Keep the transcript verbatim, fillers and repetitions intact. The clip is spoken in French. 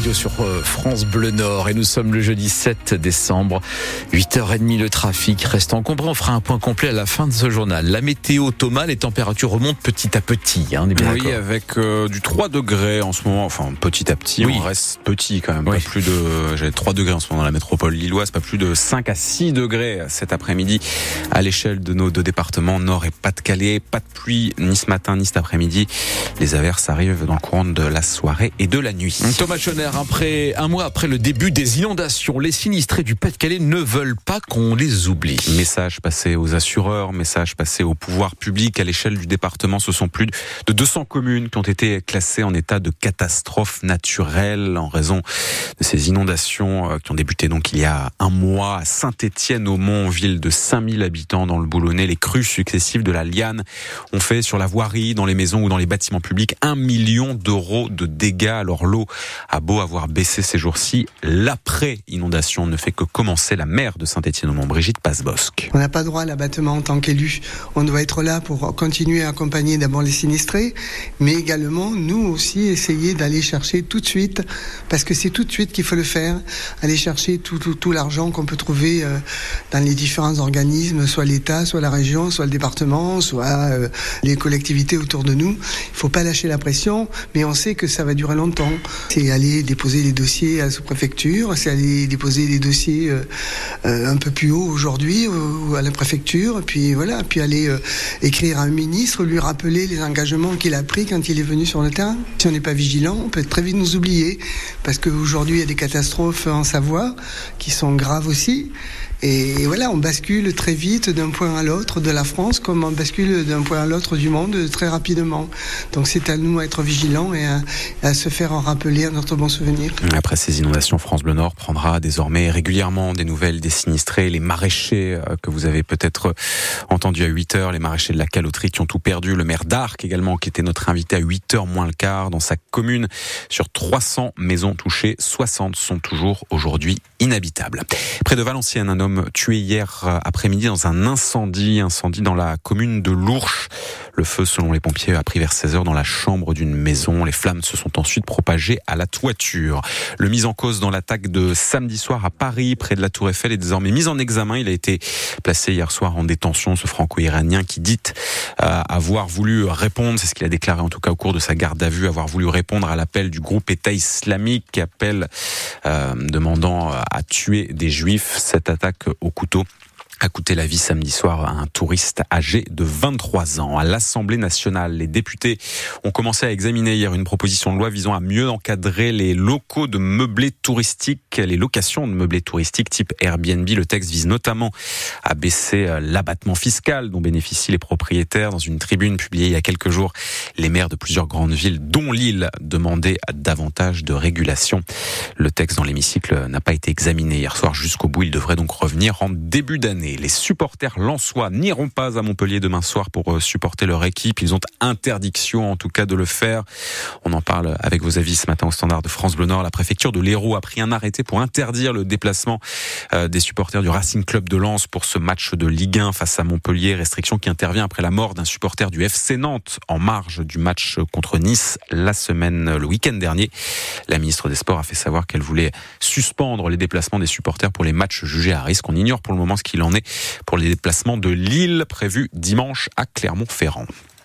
radio sur France Bleu Nord et nous sommes le jeudi sept décembre, huit heures trente. Le trafic reste encombré. On fera un point complet à la fin de ce journal. La météo, Thomas, les températures remontent petit à petit. Hein, on est bien oui, d'accord. avec euh, du trois degrés en ce moment. Enfin, petit à petit, oui. On reste petit quand même. Oui. Pas plus de, j'ai trois degrés en ce moment dans la métropole lilloise. Pas plus de cinq à six degrés cet après-midi à l'échelle de nos deux départements, Nord et Pas-de-Calais. Pas de pluie ni ce matin ni cet après-midi. Les averses arrivent dans le courant de la soirée et de la nuit. Thomas Schoner, après un mois après le début des inondations, les sinistrés du Pas-de-Calais ne veulent pas qu'on les oublie. Message passé aux assureurs, message passé au pouvoir public. À l'échelle du département, ce sont plus de deux cents communes qui ont été classées en état de catastrophe naturelle en raison de ces inondations qui ont débuté donc il y a un mois à Saint-Étienne-au-Mont, ville de cinq mille habitants dans le Boulonnais. Les crues successives de la Liane ont fait sur la voirie, dans les maisons ou dans les bâtiments publics, un million d'euros de dégâts. Alors l'eau a beau avoir baissé ces jours-ci, l'après-inondation ne fait que commencer. La maire de Saint-Étienne-au-Mont, Brigitte Passebosc. On n'a pas droit à l'abattement en tant qu'élu. On doit être là pour continuer à accompagner d'abord les sinistrés, mais également nous aussi essayer d'aller chercher tout de suite, parce que c'est tout de suite qu'il faut le faire, aller chercher tout, tout, tout l'argent qu'on peut trouver euh, dans les différents organismes, soit l'État, soit la région, soit le département, soit euh, les collectivités autour de nous. Il ne faut pas lâcher la pression, mais on sait que ça va durer longtemps. C'est aller déposer les dossiers à la sous-préfecture, c'est aller déposer les dossiers euh, euh, un peu plus haut aujourd'hui ou à la préfecture, puis voilà, puis aller euh, écrire à un ministre, lui rappeler les engagements qu'il a pris quand il est venu sur le terrain. Si on n'est pas vigilant, on peut très vite nous oublier, parce qu'aujourd'hui il y a des catastrophes en Savoie qui sont graves aussi. Et voilà, on bascule très vite d'un point à l'autre de la France, comme on bascule d'un point à l'autre du monde très rapidement. Donc c'est à nous à être vigilants et à, à se faire en rappeler à notre bon souvenir. Après ces inondations, France Bleu Nord prendra désormais régulièrement des nouvelles des sinistrés, les maraîchers que vous avez peut-être entendu à huit heures, les maraîchers de la Caloterie qui ont tout perdu, le maire d'Arques également qui était notre invité à huit heures moins le quart dans sa commune. Sur trois cents maisons touchées, soixante sont toujours aujourd'hui inhabitables. Près de Valenciennes, un homme tué hier après-midi dans un incendie, incendie dans la commune de Lourches. Le feu, selon les pompiers, a pris vers seize heures dans la chambre d'une maison. Les flammes se sont ensuite propagées à la toiture. Le mis en cause dans l'attaque de samedi soir à Paris, près de la Tour Eiffel, est désormais mis en examen. Il a été placé hier soir en détention, ce franco-iranien qui dit euh, avoir voulu répondre, c'est ce qu'il a déclaré en tout cas au cours de sa garde à vue, avoir voulu répondre à l'appel du groupe État islamique qui appelle euh, demandant à tuer des juifs. Cette attaque au couteau a coûté la vie samedi soir à un touriste âgé de vingt-trois ans. À l'Assemblée nationale, les députés ont commencé à examiner hier une proposition de loi visant à mieux encadrer les locaux de meublés touristiques, les locations de meublés touristiques type Airbnb. Le texte vise notamment à baisser l'abattement fiscal dont bénéficient les propriétaires. Dans une tribune publiée il y a quelques jours, les maires de plusieurs grandes villes, dont Lille, demandaient davantage de régulation. Le texte dans l'hémicycle n'a pas été examiné hier soir jusqu'au bout. Il devrait donc revenir en début d'année. Les supporters lensois n'iront pas à Montpellier demain soir pour supporter leur équipe. Ils ont interdiction, en tout cas, de le faire. On en parle avec vos avis ce matin au Standard de France Bleu Nord. La préfecture de l'Hérault a pris un arrêté pour interdire le déplacement des supporters du Racing Club de Lens pour ce match de Ligue un face à Montpellier. Restriction qui intervient après la mort d'un supporter du F C Nantes en marge du match contre Nice la semaine, le week-end dernier. La ministre des Sports a fait savoir qu'elle voulait suspendre les déplacements des supporters pour les matchs jugés à risque. On ignore pour le moment ce qu'il en est pour les déplacements de Lille prévus dimanche à Clermont-Ferrand.